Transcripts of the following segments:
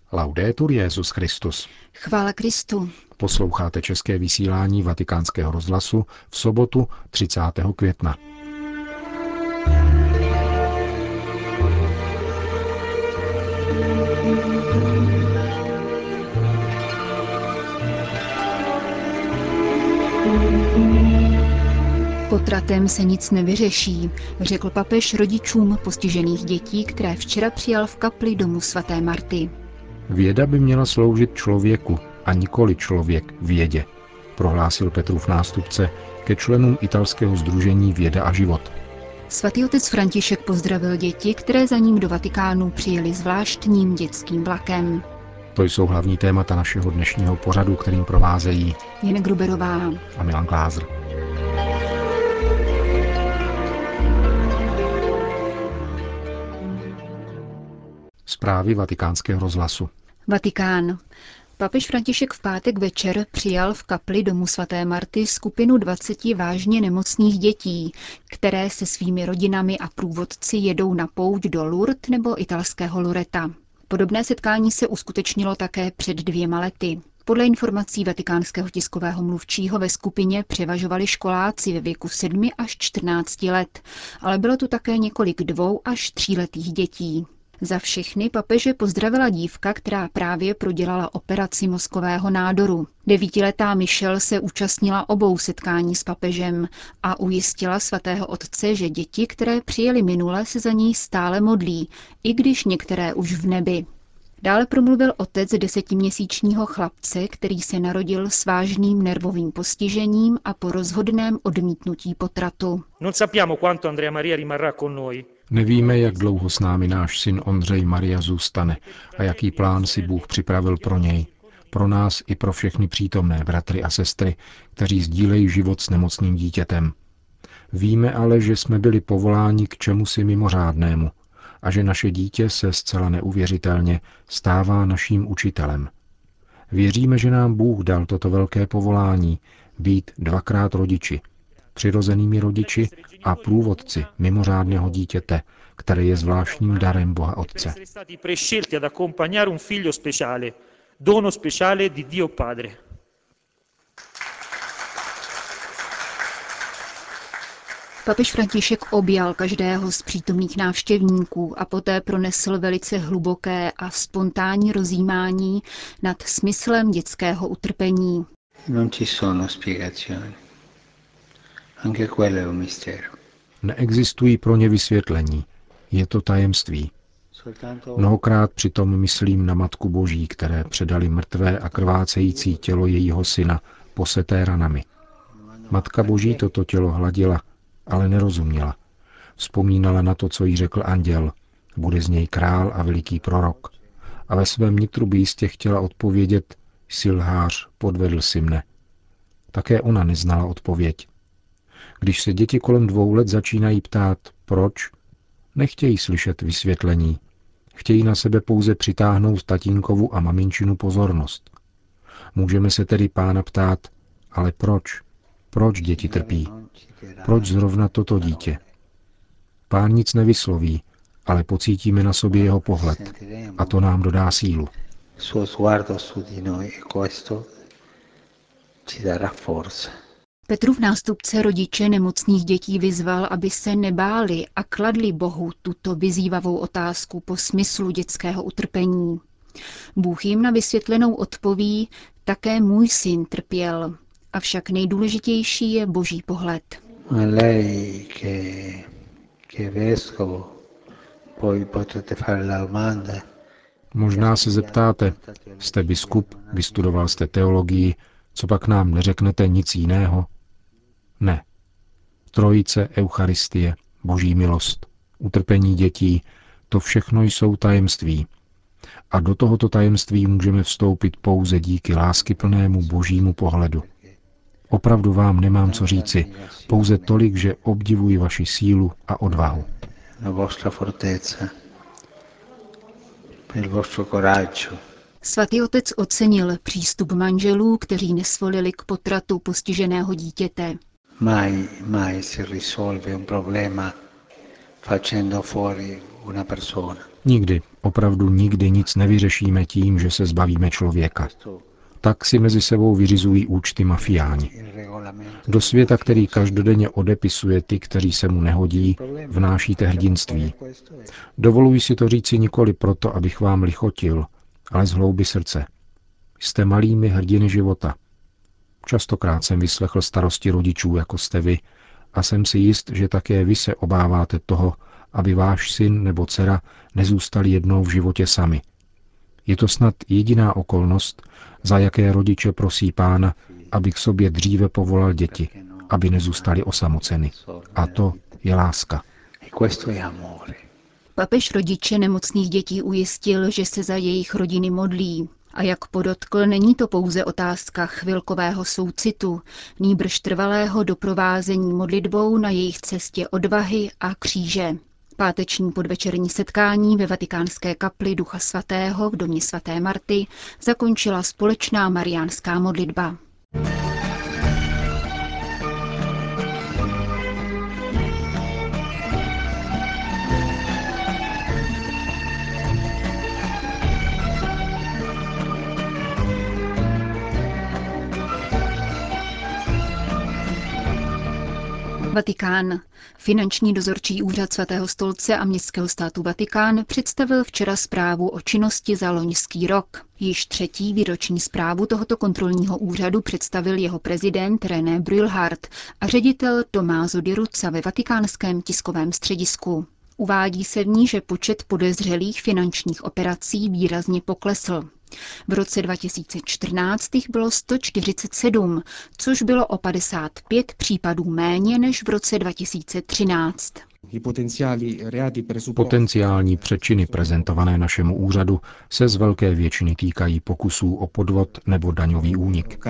Laudetur Jesus Christus. Chvála Kristu. Posloucháte české vysílání Vatikánského rozhlasu v sobotu 30. května. Potratem se nic nevyřeší, řekl papež rodičům postižených dětí, které včera přijal v kapli domu svaté Marty. Věda by měla sloužit člověku a nikoli člověk vědě, prohlásil Petrův nástupce ke členům italského sdružení Věda a život. Svatý otec František pozdravil děti, které za ním do Vatikánu přijeli zvláštním dětským vlakem. To jsou hlavní témata našeho dnešního pořadu, kterým provázejí Jana Gruberová a Milan Glázer. Zprávy Vatikánského rozhlasu. Vatikán. Papež František v pátek večer přijal v kapli domu svaté Marty skupinu 20 vážně nemocných dětí, které se svými rodinami a průvodci jedou na pouť do Lourdes nebo italského Loreta. Podobné setkání se uskutečnilo také před 2 lety. Podle informací vatikánského tiskového mluvčího ve skupině převažovali školáci ve věku 7 až 14 let, ale bylo tu také několik 2 až 3letých dětí. Za všechny papeže pozdravila dívka, která právě prodělala operaci mozkového nádoru. 9letá Michelle se účastnila obou setkání s papežem a ujistila svatého otce, že děti, které přijeli minule, se za ní stále modlí, i když některé už v nebi. Dále promluvil otec 10měsíčního chlapce, který se narodil s vážným nervovým postižením a po rozhodném odmítnutí potratu. Nevíme, jak dlouho s námi náš syn Ondřej Maria zůstane a jaký plán si Bůh připravil pro něj, pro nás i pro všechny přítomné bratry a sestry, kteří sdílejí život s nemocným dítětem. Víme ale, že jsme byli povoláni k čemusi mimořádnému a že naše dítě se zcela neuvěřitelně stává naším učitelem. Věříme, že nám Bůh dal toto velké povolání být 2krát rodiči, přirozenými rodiči a průvodci mimořádného dítěte, které je zvláštním darem Boha Otce. Papež František objal každého z přítomných návštěvníků a poté pronesl velice hluboké a spontánní rozjímání nad smyslem dětského utrpení. Neexistují pro ně vysvětlení. Je to tajemství. Mnohokrát přitom myslím na Matku Boží, které předali mrtvé a krvácející tělo jejího syna, poseté ranami. Matka Boží toto tělo hladila, ale nerozuměla. Vzpomínala na to, co jí řekl anděl. Bude z něj král a veliký prorok. A ve svém nitru by jistě chtěla odpovědět: jsi lhář, podvedl si mne. Také ona neznala odpověď. Když se děti kolem 2 let začínají ptát, proč, nechtějí slyšet vysvětlení. Chtějí na sebe pouze přitáhnout tatínkovu a maminčinu pozornost. Můžeme se tedy Pána ptát, ale proč? Proč děti trpí? Proč zrovna toto dítě? Pán nic nevysloví, ale pocítíme na sobě jeho pohled a to nám dodá sílu. Petrův nástupce rodiče nemocných dětí vyzval, aby se nebáli a kladli Bohu tuto vyzývavou otázku po smyslu dětského utrpení. Bůh jim na vysvětlenou odpoví: také můj syn trpěl. Avšak nejdůležitější je Boží pohled. Možná se zeptáte, jste biskup, vystudoval jste teologii, co pak nám neřeknete nic jiného? Ne. Trojice, Eucharistie, Boží milost, utrpení dětí, to všechno jsou tajemství. A do tohoto tajemství můžeme vstoupit pouze díky láskyplnému Božímu pohledu. Opravdu vám nemám co říci, pouze tolik, že obdivuji vaši sílu a odvahu. Svatý otec ocenil přístup manželů, kteří nesvolili k potratu postiženého dítěte. Mai si risolve un problema facendo fuori una persona. Nikdy, opravdu nikdy nic nevyřešíme tím, že se zbavíme člověka. Tak si mezi sebou vyřizují účty mafiáni. Do světa, který každodenně odepisuje ty, kteří se mu nehodí, vnášíte hrdinství. Dovoluji si to říci nikoli proto, abych vám lichotil, ale z hloubi srdce. Jste malými hrdiny života. Častokrát jsem vyslechl starosti rodičů, jako jste vy, a jsem si jist, že také vy se obáváte toho, aby váš syn nebo dcera nezůstali jednou v životě sami. Je to snad jediná okolnost, za jaké rodiče prosí Pána, aby k sobě dříve povolal děti, aby nezůstali osamoceny. A to je láska. Papež rodiče nemocných dětí ujistil, že se za jejich rodiny modlí. A jak podotkl, není to pouze otázka chvilkového soucitu, nýbrž trvalého doprovázení modlitbou na jejich cestě odvahy a kříže. Páteční podvečerní setkání ve vatikánské kapli Ducha svatého v domě svaté Marty zakončila společná mariánská modlitba. Vatikán. Finanční dozorčí úřad Svatého stolce a Městského státu Vatikán představil včera zprávu o činnosti za loňský rok. Již 3. výroční zprávu tohoto kontrolního úřadu představil jeho prezident René Brühlhardt a ředitel Tommaso Di Ruzza ve vatikánském tiskovém středisku. Uvádí se v ní, že počet podezřelých finančních operací výrazně poklesl. V roce 2014 jich bylo 147, což bylo o 55 případů méně než v roce 2013. Potenciální přečiny prezentované našemu úřadu se z velké většiny týkají pokusů o podvod nebo daňový únik,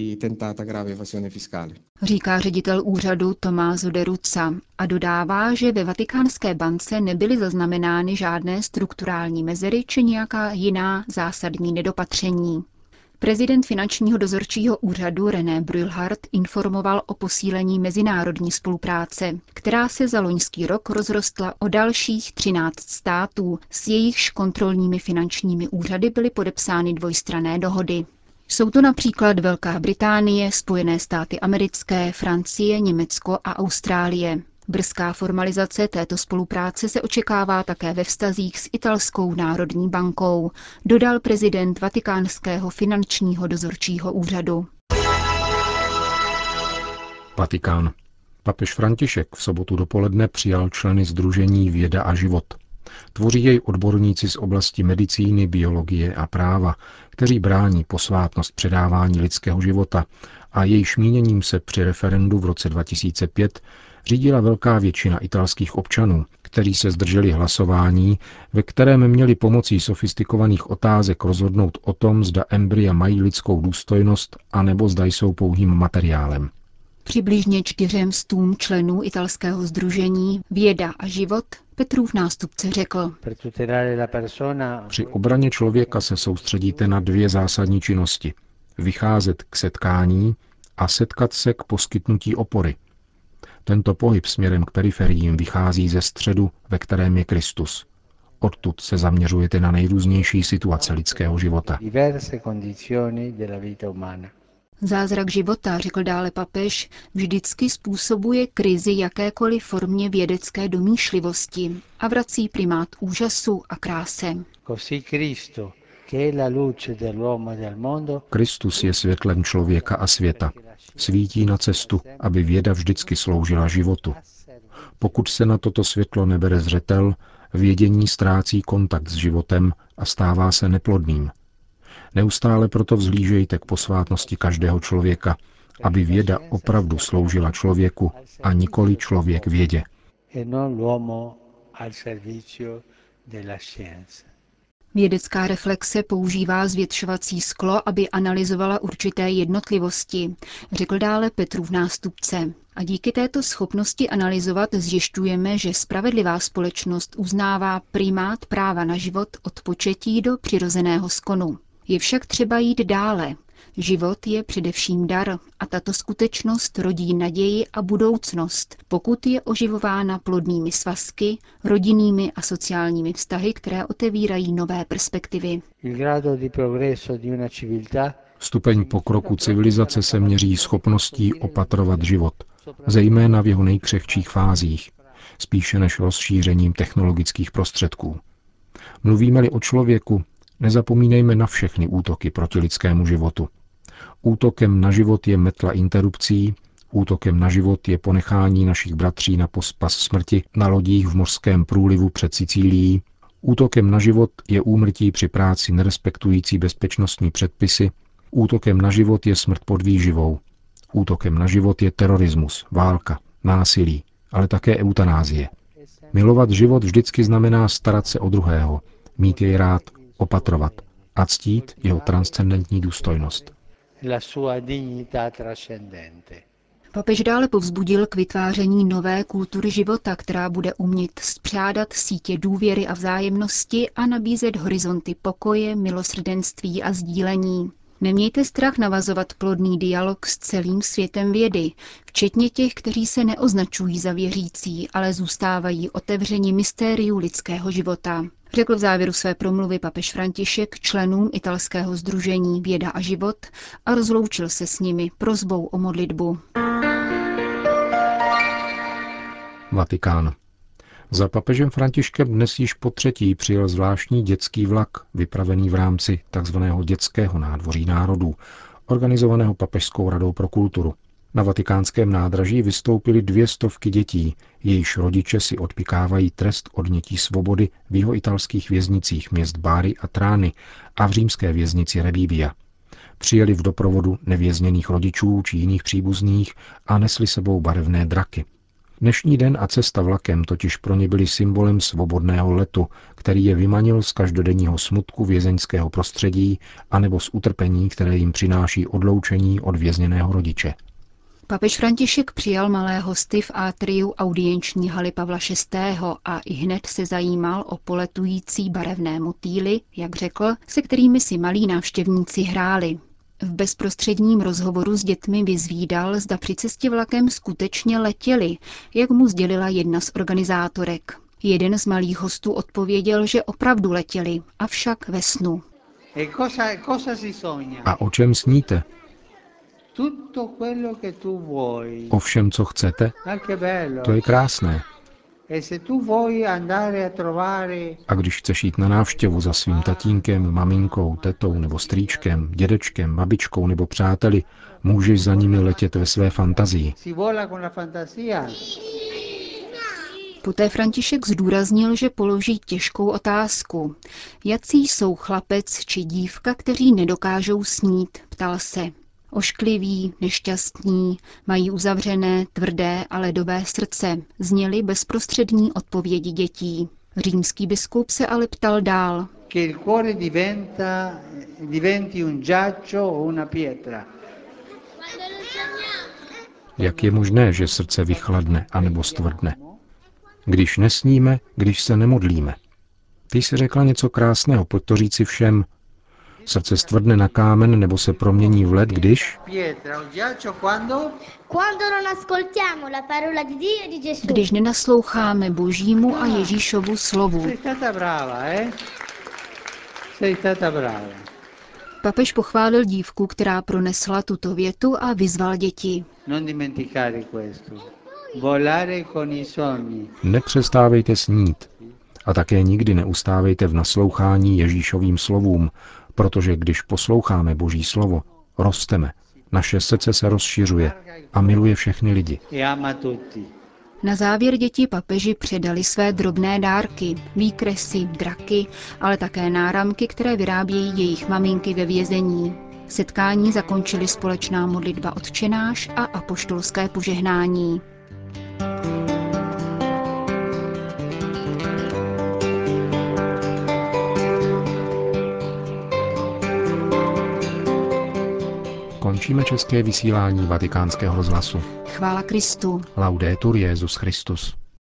říká ředitel úřadu Tommaso Di Ruzza a dodává, že ve Vatikánské bance nebyly zaznamenány žádné strukturální mezery či nějaká jiná zásadní nedopatření. Prezident finančního dozorčího úřadu René Brühlhardt informoval o posílení mezinárodní spolupráce, která se za loňský rok rozrostla o dalších 13 států, s jejichž kontrolními finančními úřady byly podepsány dvojstranné dohody. Jsou to například Velká Británie, Spojené státy americké, Francie, Německo a Austrálie. Brzká formalizace této spolupráce se očekává také ve vztazích s italskou národní bankou, dodal prezident Vatikánského finančního dozorčího úřadu. Vatikán. Papež František v sobotu dopoledne přijal členy sdružení Věda a život. Tvoří jej odborníci z oblasti medicíny, biologie a práva, kteří brání posvátnost předávání lidského života a jejich míněním se při referendu v roce 2005 řídila velká většina italských občanů, kteří se zdrželi hlasování, ve kterém měli pomocí sofistikovaných otázek rozhodnout o tom, zda embrya mají lidskou důstojnost, anebo zda jsou pouhým materiálem. Přibližně 400 členů italského sdružení Věda a život Petrův nástupce řekl: Při obraně člověka se soustředíte na 2 zásadní činnosti. Vycházet k setkání a setkat se k poskytnutí opory. Tento pohyb směrem k periferiím vychází ze středu, ve kterém je Kristus. Odtud se zaměřujete na nejrůznější situace lidského života. Zázrak života, řekl dále papež, vždycky způsobuje krizi jakékoliv formě vědecké domýšlivosti a vrací primát úžasu a kráse. Kristus je světlem člověka a světa. Svítí na cestu, aby věda vždycky sloužila životu. Pokud se na toto světlo nebere zřetel, vědění ztrácí kontakt s životem a stává se neplodným. Neustále proto vzhlížejte k posvátnosti každého člověka, aby věda opravdu sloužila člověku a nikoli člověk vědě. Vědecká reflexe používá zvětšovací sklo, aby analyzovala určité jednotlivosti, řekl dále Petrův nástupce. A díky této schopnosti analyzovat zjišťujeme, že spravedlivá společnost uznává primát práva na život od početí do přirozeného skonu. Je však třeba jít dále. Život je především dar a tato skutečnost rodí naději a budoucnost, pokud je oživována plodnými svazky, rodinnými a sociálními vztahy, které otevírají nové perspektivy. Stupeň pokroku civilizace se měří schopností opatrovat život, zejména v jeho nejkřehčích fázích, spíše než rozšířením technologických prostředků. Mluvíme-li o člověku, nezapomínejme na všechny útoky proti lidskému životu. Útokem na život je metla interrupcí, útokem na život je ponechání našich bratří na pospas smrti na lodích v mořském průlivu před Sicílií, útokem na život je úmrtí při práci nerespektující bezpečnostní předpisy, útokem na život je smrt pod výživou, útokem na život je terorismus, válka, násilí, ale také eutanázie. Milovat život vždycky znamená starat se o druhého, mít jej rád, opatrovat a ctít jeho transcendentní důstojnost. Papež dále povzbudil k vytváření nové kultury života, která bude umět spřádat sítě důvěry a vzájemnosti a nabízet horizonty pokoje, milosrdenství a sdílení. Nemějte strach navazovat plodný dialog s celým světem vědy, včetně těch, kteří se neoznačují za věřící, ale zůstávají otevřeni mystériu lidského života, řekl v závěru své promluvy papež František členům italského sdružení Věda a život a rozloučil se s nimi prosbou o modlitbu. Vatikán. Za papežem Františkem dnes již potřetí přijel zvláštní dětský vlak, vypravený v rámci tzv. Dětského nádvoří národů, organizovaného Papežskou radou pro kulturu. Na vatikánském nádraží vystoupily 200 dětí, jejichž rodiče si odpikávají trest odnětí svobody v jihoitalských věznicích měst Bari a Trány a v římské věznici Rebibbia. Přijeli v doprovodu nevězněných rodičů či jiných příbuzných a nesli sebou barevné draky. Dnešní den a cesta vlakem totiž pro ně byly symbolem svobodného letu, který je vymanil z každodenního smutku vězeňského prostředí anebo z utrpení, které jim přináší odloučení od vězněného rodiče. Papež František přijal malé hosty v atriu audienční haly Pavla VI. A ihned se zajímal o poletující barevné motýly, jak řekl, se kterými si malí návštěvníci hráli. V bezprostředním rozhovoru s dětmi vyzvídal, zda při cestě vlakem skutečně letěli, jak mu sdělila jedna z organizátorek. Jeden z malých hostů odpověděl, že opravdu letěli, avšak ve snu. A o čem sníte? O všem, co chcete? To je krásné. A když chceš jít na návštěvu za svým tatínkem, maminkou, tetou nebo strýčkem, dědečkem, babičkou nebo přáteli, můžeš za nimi letět ve své fantazii. Poté František zdůraznil, že položí těžkou otázku. Jací jsou chlapec či dívka, kteří nedokážou snít, ptal se. Oškliví, nešťastní, mají uzavřené, tvrdé a ledové srdce, zněly bezprostřední odpovědi dětí. Římský biskup se ale ptal dál. Jak je možné, že srdce vychladne anebo stvrdne? Když nesníme, když se nemodlíme. Ty jsi řekla něco krásného, pojď to říci všem. Srdce stvrdne na kámen nebo se promění v led, když nenasloucháme Božímu a Ježíšovu slovu. Papež pochválil dívku, která pronesla tuto větu a vyzval děti. Nepřestávejte snít a také nikdy neustávejte v naslouchání Ježíšovým slovům, protože když posloucháme Boží slovo, rosteme, naše srdce se rozšiřuje a miluje všechny lidi. Na závěr děti papeži předali své drobné dárky, výkresy, draky, ale také náramky, které vyrábějí jejich maminky ve vězení. Setkání zakončili společná modlitba Otčenáš a apoštolské požehnání. Končíme české vysílání Vatikánského rozhlasu. Chvála Kristu. Laudetur Jesus Christus.